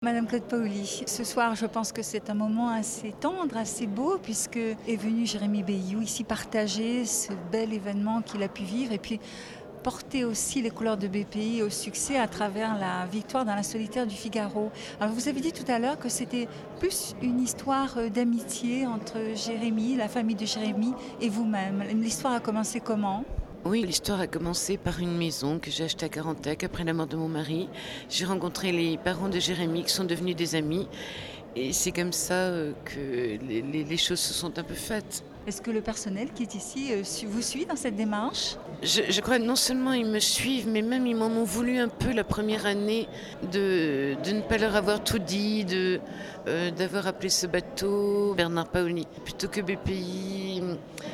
Madame Claude Paoli, ce soir je pense que c'est un moment assez tendre, assez beau puisque est venu Jérémie Béliou ici partager ce bel événement qu'il a pu vivre et puis porter aussi les couleurs de BPI au succès à travers la victoire dans la solitaire du Figaro. Alors vous avez dit tout à l'heure que c'était plus une histoire d'amitié entre Jérémie, la famille de Jérémie et vous-même. L'histoire a commencé comment ? Oui, l'histoire a commencé par une maison que j'ai achetée à Carantec après la mort de mon mari. J'ai rencontré les parents de Jérémie qui sont devenus des amis. Et c'est comme ça que les choses se sont un peu faites. Est-ce que le personnel qui est ici vous suit dans cette démarche ? Je crois que non seulement ils me suivent, mais même ils m'en ont voulu un peu la première année de ne pas leur avoir tout dit, d'avoir appelé ce bateau Bernard Paoli plutôt que BPI.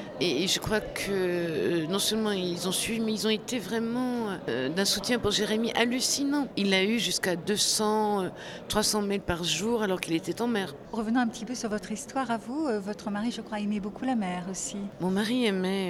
Et je crois que non seulement ils ont suivi, mais ils ont été vraiment d'un soutien pour Jérémie hallucinant. Il a eu jusqu'à 200, 300 mails par jour alors qu'il était en mer. Revenons un petit peu sur votre histoire à vous. Votre mari, je crois, aimait beaucoup la mer aussi. Mon mari aimait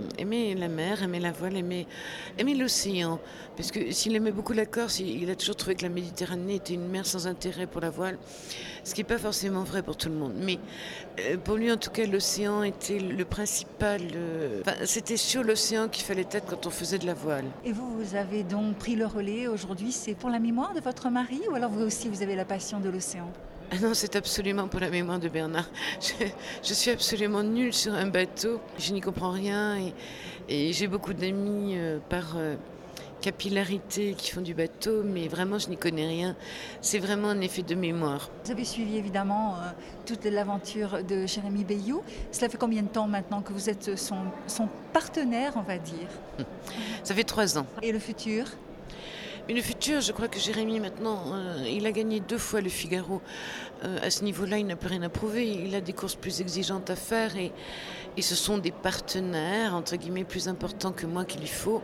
la mer, aimait la voile, aimait l'océan. Parce que s'il aimait beaucoup la Corse, il a toujours trouvé que la Méditerranée était une mer sans intérêt pour la voile. Ce qui n'est pas forcément vrai pour tout le monde. Mais pour lui, en tout cas, l'océan était le principal. C'était sur l'océan qu'il fallait être quand on faisait de la voile. Et vous avez donc pris le relais aujourd'hui. C'est pour la mémoire de votre mari ou alors vous aussi, vous avez la passion de l'océan ? Ah non, c'est absolument pour la mémoire de Bernard. Je suis absolument nulle sur un bateau. Je n'y comprends rien et j'ai beaucoup d'amis par capillarité qui font du bateau, mais vraiment je n'y connais rien. C'est vraiment un effet de mémoire. Vous avez suivi évidemment toute l'aventure de Jérémie Béliou. Cela fait combien de temps maintenant que vous êtes son partenaire, on va dire ? Ça fait 3 ans. Et le futur ? Mais le futur, je crois que Jérémie, maintenant, il a gagné 2 fois le Figaro. À ce niveau-là, il n'a plus rien à prouver. Il a des courses plus exigeantes à faire et ce sont des partenaires, entre guillemets, plus importants que moi qu'il lui faut.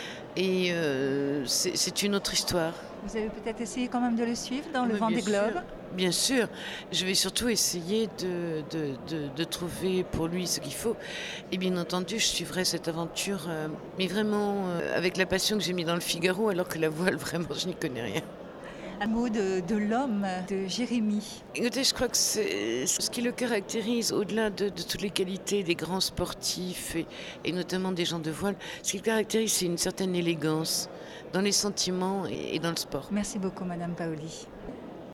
Et c'est une autre histoire. Vous avez peut-être essayé quand même de le suivre dans le Vendée Globe ? Bien sûr, je vais surtout essayer de trouver pour lui ce qu'il faut. Et bien entendu, je suivrai cette aventure, mais vraiment avec la passion que j'ai mis dans le Figaro, alors que la voile, vraiment, je n'y connais rien. Un mot de l'homme, de Jérémie. Écoutez, je crois que c'est ce qui le caractérise, au-delà de toutes les qualités des grands sportifs et notamment des gens de voile, ce qui le caractérise, c'est une certaine élégance dans les sentiments et dans le sport. Merci beaucoup, Madame Paoli.